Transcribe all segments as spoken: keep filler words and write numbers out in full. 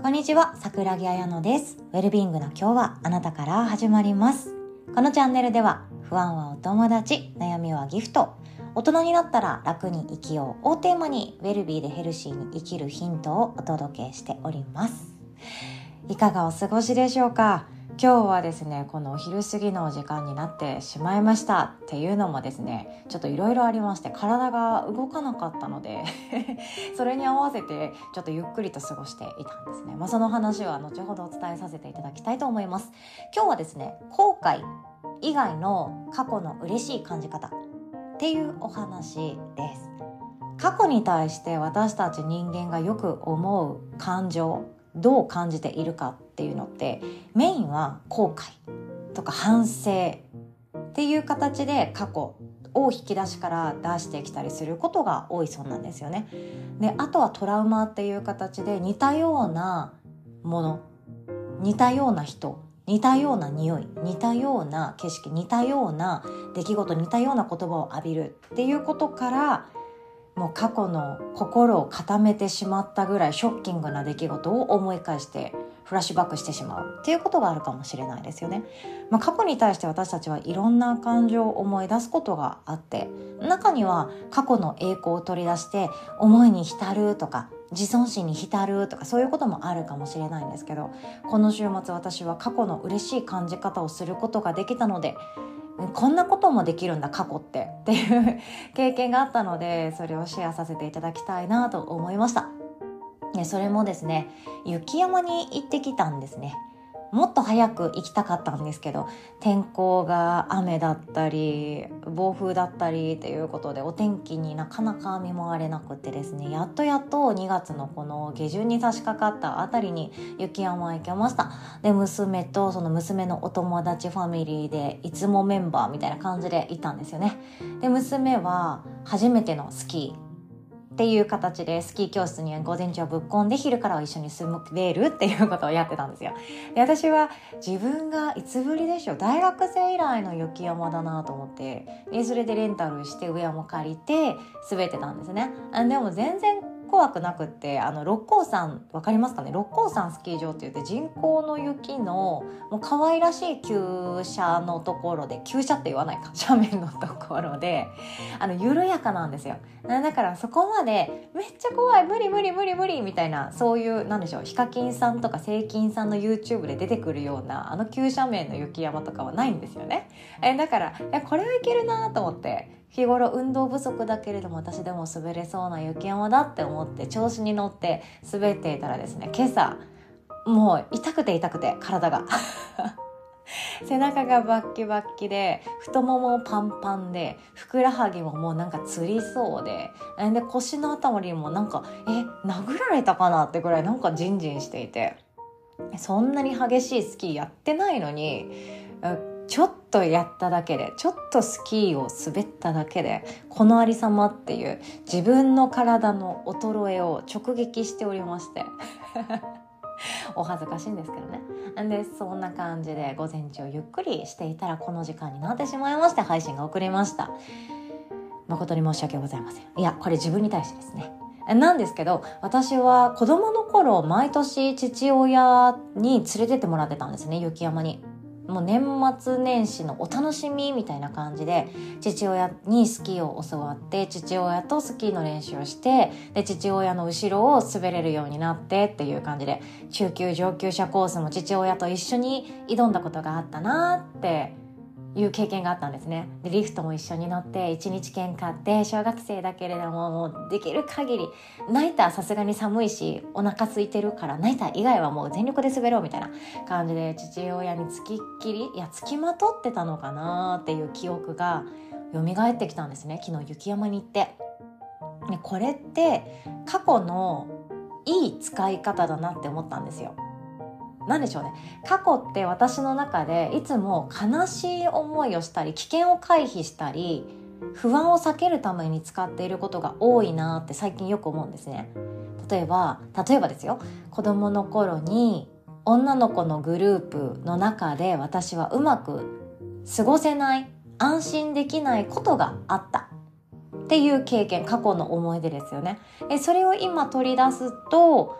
こんにちは、桜木彩乃です。ウェルビーイングな今日はあなたから始まります。このチャンネルでは、不安はお友達、悩みはギフト、大人になったら楽に生きようをテーマに、ウェルビーでヘルシーに生きるヒントをお届けしております。いかがお過ごしでしょうか。今日はですね、このお昼過ぎのお時間になってしまいましたっていうのもですね、ちょっといろいろありまして、体が動かなかったのでそれに合わせてちょっとゆっくりと過ごしていたんですね。まあ、その話は後ほどお伝えさせていただきたいと思います。今日はですね、後悔以外の過去の嬉しい感じ方っていうお話です。過去に対して私たち人間がよく思う感情、どう感じているかっていうのってメインは後悔とか反省っていう形で過去を引き出しから出してきたりすることが多いそうなんですよね。で、あとはトラウマっていう形で似たようなもの、似たような人、似たような匂い、似たような景色、似たような出来事、似たような言葉を浴びるっていうことからもう過去の心を固めてしまったぐらいショッキングな出来事を思い返してフラッシュバックしてしまうっていうことがあるかもしれないですよね。まあ、過去に対して私たちはいろんな感情を思い出すことがあって、中には過去の栄光を取り出して思いに浸るとか自尊心に浸るとか、そういうこともあるかもしれないんですけど、この週末私は過去の嬉しい感じ方をすることができたので、こんなこともできるんだ過去ってっていう経験があったので、それをシェアさせていただきたいなと思いました。それもですね、雪山に行ってきたんですね。もっと早く行きたかったんですけど、天候が雨だったり暴風だったりということで、お天気になかなか見舞われなくてですね、やっとやっとにがつのこの下旬に差し掛かったあたりに雪山へ行けました。で、娘とその娘のお友達ファミリーでいつもメンバーみたいな感じで行ったんですよね。で、娘は初めてのスキーっていう形でスキー教室に午前中ぶっこんで、昼からは一緒に滑るっていうことをやってたんですよ。で、私は自分がいつぶりでしょう、大学生以来の雪山だなと思って、でそれでレンタルしてウェアも借りて滑ってたんですね。あ、でも全然怖くなくって、あの六甲山わかりますかね。六甲山スキー場って言って人工の雪のもう可愛らしい急斜のところで、急斜って言わないか、斜面のところであの緩やかなんですよ。だからそこまでめっちゃ怖い、無理無理無理無理みたいな、そういうなんでしょう、ヒカキンさんとかセイキンさんの YouTube で出てくるようなあの急斜面の雪山とかはないんですよね。えだからえこれはいけるなと思って、日頃運動不足だけれども私でも滑れそうな雪山だって思って調子に乗って滑っていたらですね、今朝もう痛くて痛くて体が背中がバッキバッキで、太ももパンパンで、ふくらはぎももうなんかつりそうで、で腰のあたりもなんかえ殴られたかなってぐらいなんかジンジンしていて、そんなに激しいスキーやってないのに、ちょっとやっただけで、ちょっとスキーを滑っただけでこのありさまっていう自分の体の衰えを直撃しておりましてお恥ずかしいんですけどね。で、そんな感じで午前中ゆっくりしていたらこの時間になってしまいまして、配信が遅れました。誠に申し訳ございません。いや、これ自分に対してですね。なんですけど、私は子供の頃毎年父親に連れてってもらってたんですね、雪山に。もう年末年始のお楽しみみたいな感じで父親にスキーを教わって、父親とスキーの練習をして、で父親の後ろを滑れるようになってっていう感じで、中級上級者コースも父親と一緒に挑んだことがあったなっていう経験があったんですね。でリフトも一緒に乗っていちにち券買って、小学生だけれどももうできる限りナイター、さすがに寒いしお腹空いてるからナイター以外はもう全力で滑ろうみたいな感じで父親につきっきり、いやつきまとってたのかなっていう記憶が蘇ってきたんですね、昨日雪山に行って。でこれって過去のいい使い方だなって思ったんですよ。なんでしょうね、過去って私の中でいつも悲しい思いをしたり危険を回避したり不安を避けるために使っていることが多いなって最近よく思うんですね。例えば例えばですよ、子供の頃に女の子のグループの中で私はうまく過ごせない、安心できないことがあったっていう経験、過去の思い出ですよね。えそれを今取り出すと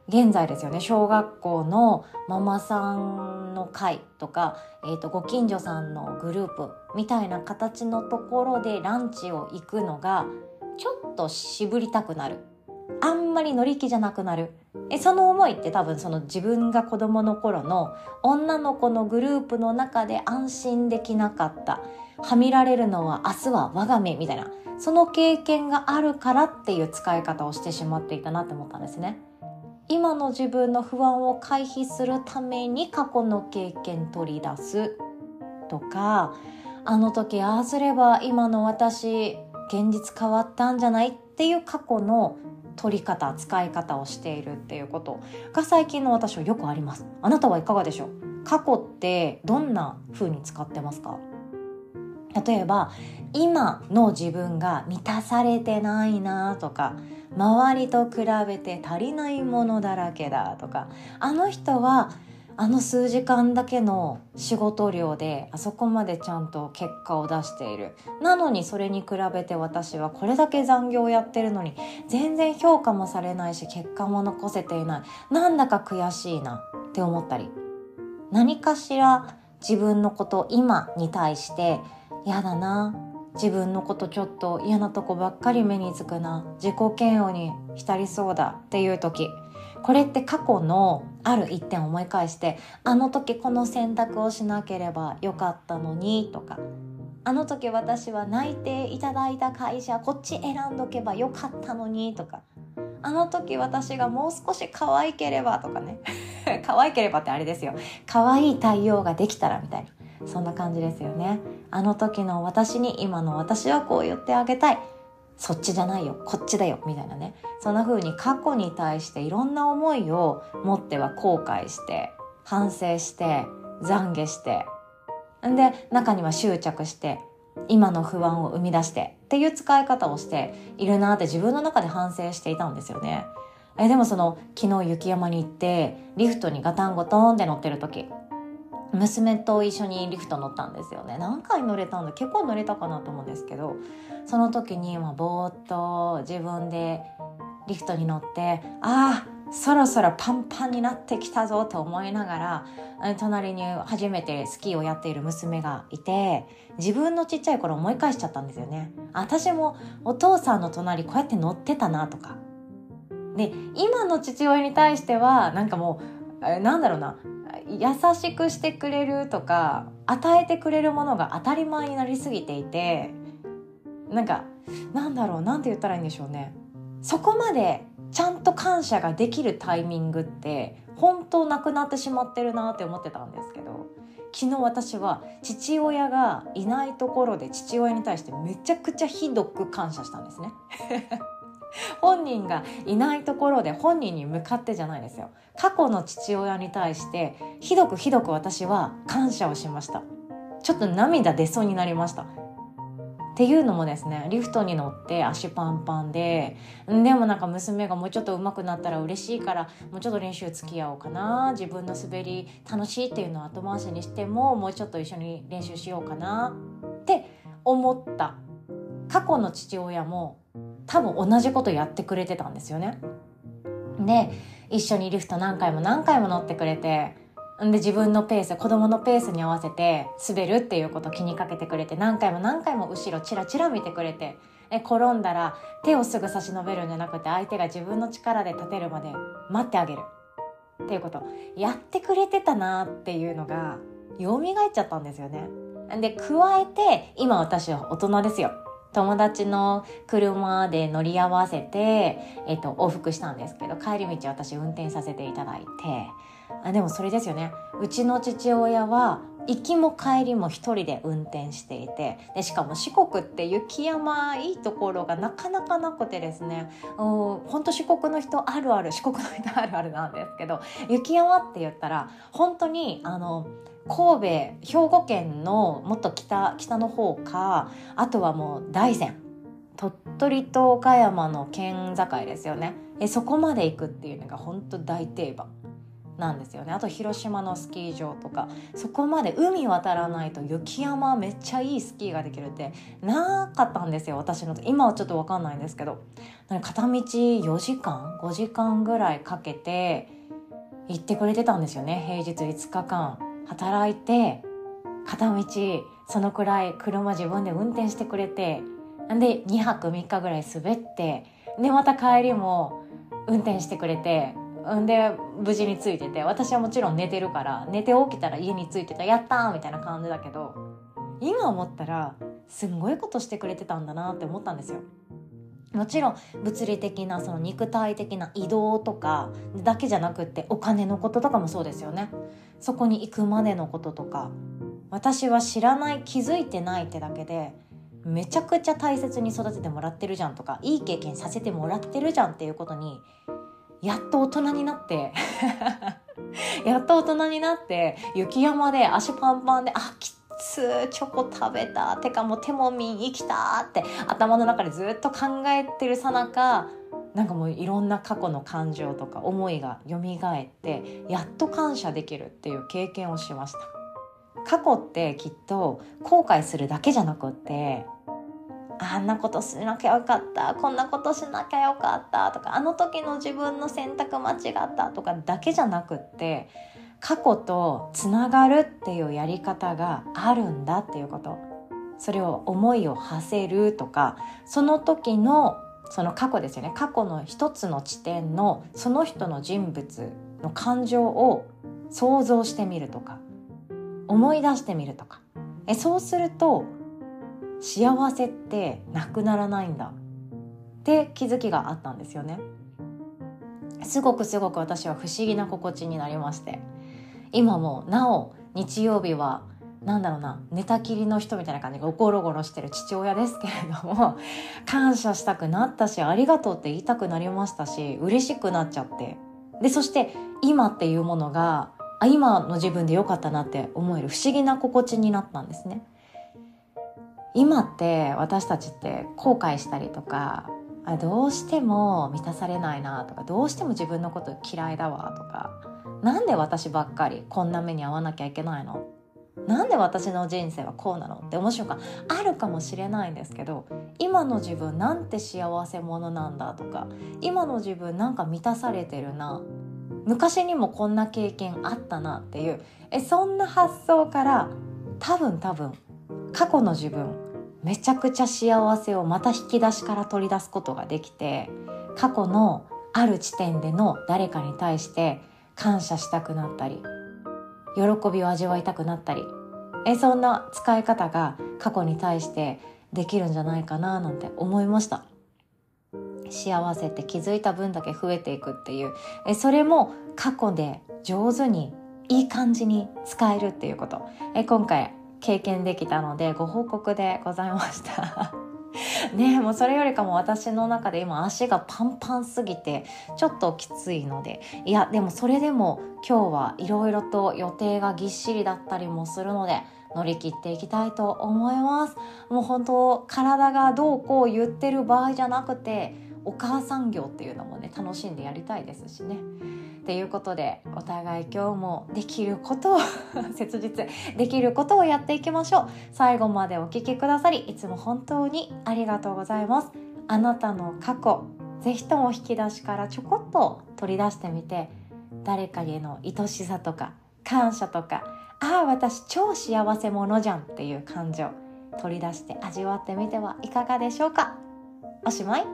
現在ですよね、小学校のママさんの会とか、えーと、ご近所さんのグループみたいな形のところでランチを行くのがちょっと渋りたくなる、あんまり乗り気じゃなくなる。えその思いって多分その自分が子供の頃の女の子のグループの中で安心できなかった、はみられるのは明日は我が身みたいな、その経験があるからっていう使い方をしてしまっていたなって思ったんですね。今の自分の不安を回避するために過去の経験取り出すとか、あの時ああすれば今の私現実変わったんじゃないっていう過去の取り方、使い方をしているっていうことが最近の私はよくあります。あなたはいかがでしょう？過去ってどんな風に使ってますか？例えば今の自分が満たされてないなとか、周りと比べて足りないものだらけだとか、あの人はあの数時間だけの仕事量であそこまでちゃんと結果を出している、なのにそれに比べて私はこれだけ残業をやってるのに全然評価もされないし結果も残せていない、なんだか悔しいなって思ったり、何かしら自分のこと今に対してやだな、自分のことちょっと嫌なとこばっかり目につくな、自己嫌悪に浸りそうだっていう時、これって過去のある一点を思い返して、あの時この選択をしなければよかったのにとか、あの時私は内定いただいた会社こっち選んどけばよかったのにとか、あの時私がもう少し可愛ければとかね可愛ければってあれですよ、可愛い対応ができたらみたいな、そんな感じですよね。あの時の私に今の私はこう言ってあげたい、そっちじゃないよこっちだよみたいなね、そんな風に過去に対していろんな思いを持っては後悔して反省して懺悔して、んで中には執着して今の不安を生み出してっていう使い方をしているなって自分の中で反省していたんですよね。えでもその昨日雪山に行ってリフトにガタンゴトンって乗ってる時、娘と一緒にリフト乗ったんですよね。何回乗れたんだ、結構乗れたかなと思うんですけど、その時にまあぼーっと自分でリフトに乗って、ああそろそろパンパンになってきたぞと思いながら、隣に初めてスキーをやっている娘がいて、自分のちっちゃい頃思い返しちゃったんですよね。私もお父さんの隣こうやって乗ってたなとかで、今の父親に対してはなんかもうなんだろうな、優しくしてくれるとか与えてくれるものが当たり前になりすぎていて、なんかなんだろう、なんて言ったらいいんでしょうね、そこまでちゃんと感謝ができるタイミングって本当なくなってしまってるなって思ってたんですけど、昨日私は父親がいないところで父親に対してめちゃくちゃひどく感謝したんですね本人がいないところで本人に向かってじゃないですよ、過去の父親に対してひどくひどく私は感謝をしました。ちょっと涙出そうになりました。っていうのもですね、リフトに乗って足パンパンで、でもなんか娘がもうちょっと上手くなったら嬉しいからもうちょっと練習付き合おうかな、自分の滑り楽しいっていうのを後回しにしてももうちょっと一緒に練習しようかなって思った。過去の父親も多分同じことやってくれてたんですよね。で一緒にリフト何回も何回も乗ってくれて、で自分のペース、子供のペースに合わせて滑るっていうことを気にかけてくれて、何回も何回も後ろチラチラ見てくれて、で転んだら手をすぐ差し伸べるんじゃなくて相手が自分の力で立てるまで待ってあげるっていうことをやってくれてたなっていうのが蘇っちゃったんですよね。で加えて今私は大人ですよ。友達の車で乗り合わせて、えっと、往復したんですけど、帰り道私運転させていただいて、あでもそれですよね、うちの父親は行きも帰りも一人で運転していて、でしかも四国って雪山いいところがなかなかなくてですね、本当四国の人あるある四国の人あるあるなんですけど、雪山って言ったら本当にあの神戸、兵庫県のもっと北、北の方か、あとはもう大山、鳥取と岡山の県境ですよね。えそこまで行くっていうのが本当大定番なんですよね。あと広島のスキー場とか、そこまで海渡らないと雪山めっちゃいいスキーができるってなかったんですよ、私の。今はちょっと分かんないんですけど、片道よじかんごじかんぐらいかけて行ってくれてたんですよね。平日いつかかん働いて、片道そのくらい車自分で運転してくれて、でにはくみっかぐらい滑って、でまた帰りも運転してくれて、んで無事に着いてて、私はもちろん寝てるから、寝て起きたら家に着いてた、やったーみたいな感じだけど、今思ったらすんごいことしてくれてたんだなって思ったんですよ。もちろん物理的なその肉体的な移動とかだけじゃなくって、お金のこととかもそうですよね。そこに行くまでのこととか、私は知らない、気づいてないってだけでめちゃくちゃ大切に育ててもらってるじゃんとか、いい経験させてもらってるじゃんっていうことに、やっと大人になってやっと大人になって雪山で足パンパンで、あきつチョコ食べた、てかもう手もみん生きたって頭の中でずっと考えてるさなか、なんかもういろんな過去の感情とか思いが蘇って、やっと感謝できるっていう経験をしました。過去ってきっと後悔するだけじゃなくって、あんなことしなきゃよかった、こんなことしなきゃよかったとか、あの時の自分の選択間違ったとかだけじゃなくって、過去とつながるっていうやり方があるんだっていうこと、それを思いを馳せるとか、その時のその過去ですよね、過去の一つの地点のその人の人物の感情を想像してみるとか、思い出してみるとか、えそうすると幸せってなくならないんだって気づきがあったんですよね。すごくすごく私は不思議な心地になりまして、今もなお日曜日はなんだろうな、寝たきりの人みたいな感じがゴロゴロしてる父親ですけれども、感謝したくなったし、ありがとうって言いたくなりましたし、嬉しくなっちゃって、でそして今っていうものが、あ今の自分で良かったなって思える不思議な心地になったんですね。今って私たちって後悔したりとか、あどうしても満たされないなとか、どうしても自分のこと嫌いだわとか、なんで私ばっかりこんな目に遭わなきゃいけないの、なんで私の人生はこうなのって思う瞬間あるかもしれないんですけど、今の自分なんて幸せ者なんだとか、今の自分なんか満たされてるな、昔にもこんな経験あったなっていう、えそんな発想から多分多分過去の自分めちゃくちゃ幸せをまた引き出しから取り出すことができて、過去のある地点での誰かに対して感謝したくなったり、喜びを味わいたくなったり、えそんな使い方が過去に対してできるんじゃないかななんて思いました。幸せって気づいた分だけ増えていくっていう、えそれも過去で上手にいい感じに使えるっていうこと、え今回経験できたのでご報告でございましたね。もうそれよりかも私の中で今足がパンパンすぎてちょっときついので、いやでもそれでも今日はいろいろと予定がぎっしりだったりもするので乗り切っていきたいと思います。もう本当体がどうこう言ってる場合じゃなくて、お母さん業っていうのもね楽しんでやりたいですしね。ということでお互い今日もできることを切実できることをやっていきましょう。最後までお聞きくださりいつも本当にありがとうございます。あなたの過去ぜひとも引き出しからちょこっと取り出してみて、誰かへの愛しさとか感謝とか、ああ私超幸せ者じゃんっていう感情取り出して味わってみてはいかがでしょうか。おしまい。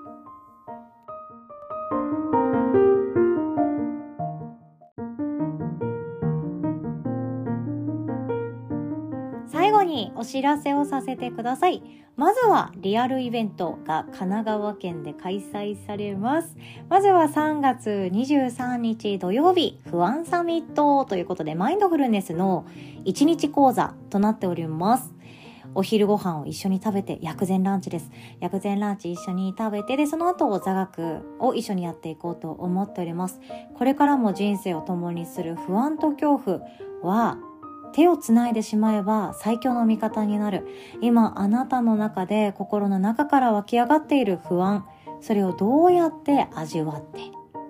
最後にお知らせをさせてください。まずはリアルイベントが神奈川県で開催されます。まずはさんがつにじゅうさんにち土曜日、不安サミットということでマインドフルネスのいちにち講座となっております。お昼ご飯を一緒に食べて、薬膳ランチです。薬膳ランチ一緒に食べて、でその後座学を一緒にやっていこうと思っております。これからも人生を共にする不安と恐怖は手をつないでしまえば最強の味方になる。今あなたの中で心の中から湧き上がっている不安、それをどうやって味わって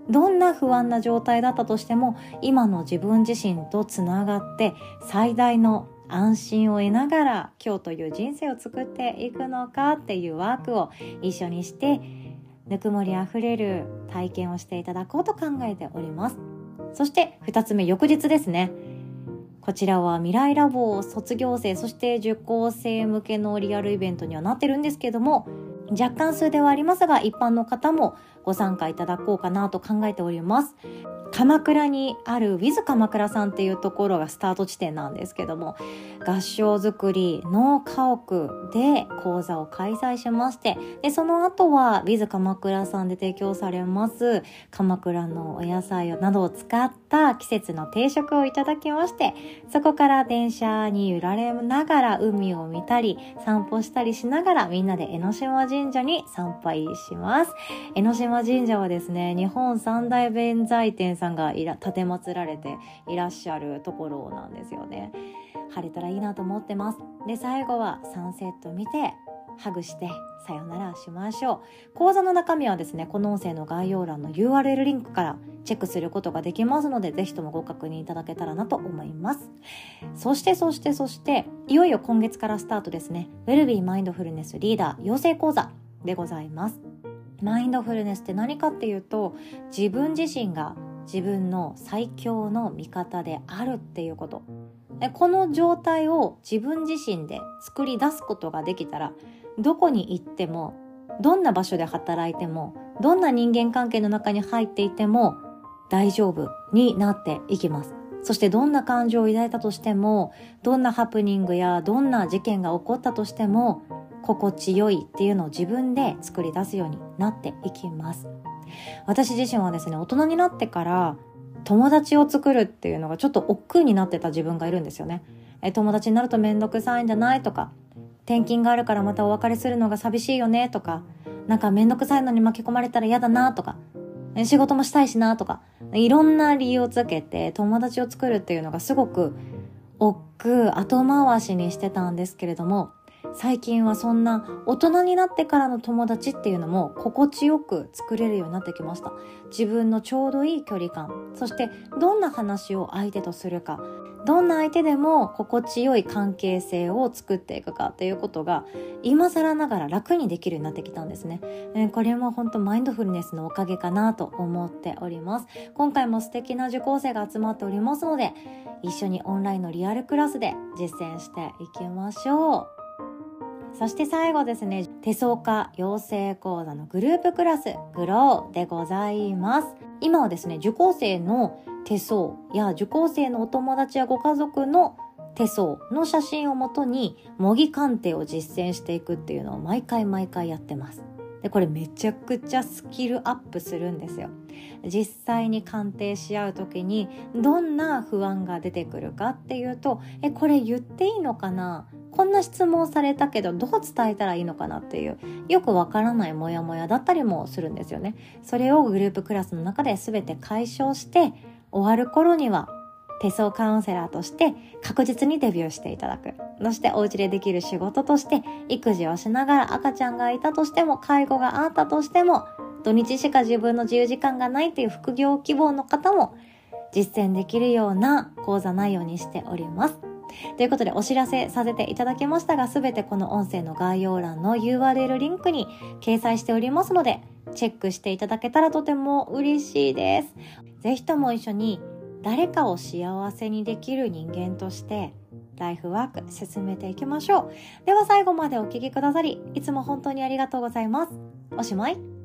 どんな不安な状態だったとしても、今の自分自身とつながって最大の安心を得ながら今日という人生を作っていくのかっていうワークを一緒にして、ぬくもりあふれる体験をしていただこうと考えております。そしてふたつめ、翌日ですね。こちらは未来ラボ卒業生、そして受講生向けのリアルイベントにはなってるんですけども、若干数ではありますが一般の方もご参加いただこうかなと考えております。鎌倉にある With 鎌倉さんっていうところがスタート地点なんですけども、合掌造りの家屋で講座を開催しまして、でその後は With 鎌倉さんで提供されます鎌倉のお野菜などを使った季節の定食をいただきまして、そこから電車に揺られながら海を見たり散歩したりしながらみんなで江ノ島神社に参拝します。江ノ島神社はですね、日本三大弁財天さんがいら立て祀られていらっしゃるところなんですよね。晴れたらいいなと思ってます。で最後はサンセット見てハグしてさよならしましょう。講座の中身はですね、この音声の概要欄の ユーアールエル リンクからチェックすることができますので、ぜひともご確認いただけたらなと思います。そしてそしてそしていよいよ今月からスタートですね。ウェルビーマインドフルネスリーダー養成講座でございます。マインドフルネスって何かっていうと、自分自身が自分の最強の味方であるっていうこと。この状態を自分自身で作り出すことができたら、どこに行っても、どんな場所で働いても、どんな人間関係の中に入っていても大丈夫になっていきます。そしてどんな感情を抱いたとしても、どんなハプニングやどんな事件が起こったとしても、心地よいっていうのを自分で作り出すようになっていきます。私自身はですね、大人になってから友達を作るっていうのがちょっと億劫になってた自分がいるんですよね。え友達になるとめんどくさいんじゃないとか、転勤があるからまたお別れするのが寂しいよねとか、なんかめんどくさいのに巻き込まれたら嫌だなとか、仕事もしたいしなとか、いろんな理由をつけて友達を作るっていうのがすごく億劫後回しにしてたんですけれども、最近はそんな大人になってからの友達っていうのも心地よく作れるようになってきました。自分のちょうどいい距離感、そしてどんな話を相手とするか、どんな相手でも心地よい関係性を作っていくかっていうことが今更ながら楽にできるようになってきたんですね。えー、これも本当マインドフルネスのおかげかなと思っております。今回も素敵な受講生が集まっておりますので、一緒にオンラインのリアルクラスで実践していきましょう。そして最後ですね、手相家養成講座のグループクラスグローでございます。今はですね、受講生の手相や受講生のお友達やご家族の手相の写真をもとに模擬鑑定を実践していくっていうのを毎回毎回やってます。でこれめちゃくちゃスキルアップするんですよ。実際に鑑定し合う時にどんな不安が出てくるかっていうと、えこれ言っていいのかな、こんな質問されたけどどう伝えたらいいのかなっていうよくわからないモヤモヤだったりもするんですよね。それをグループクラスの中で全て解消して終わる頃には手相カウンセラーとして確実にデビューしていただく。そしてお家でできる仕事として育児をしながら赤ちゃんがいたとしても介護があったとしても土日しか自分の自由時間がないという副業希望の方も実践できるような講座内容にしております。ということでお知らせさせていただきましたが、すべてこの音声の概要欄の ユーアールエル リンクに掲載しておりますのでチェックしていただけたらとても嬉しいです。ぜひとも一緒に誰かを幸せにできる人間としてライフワーク進めていきましょう。では最後までお聞きくださりいつも本当にありがとうございます。おしまい。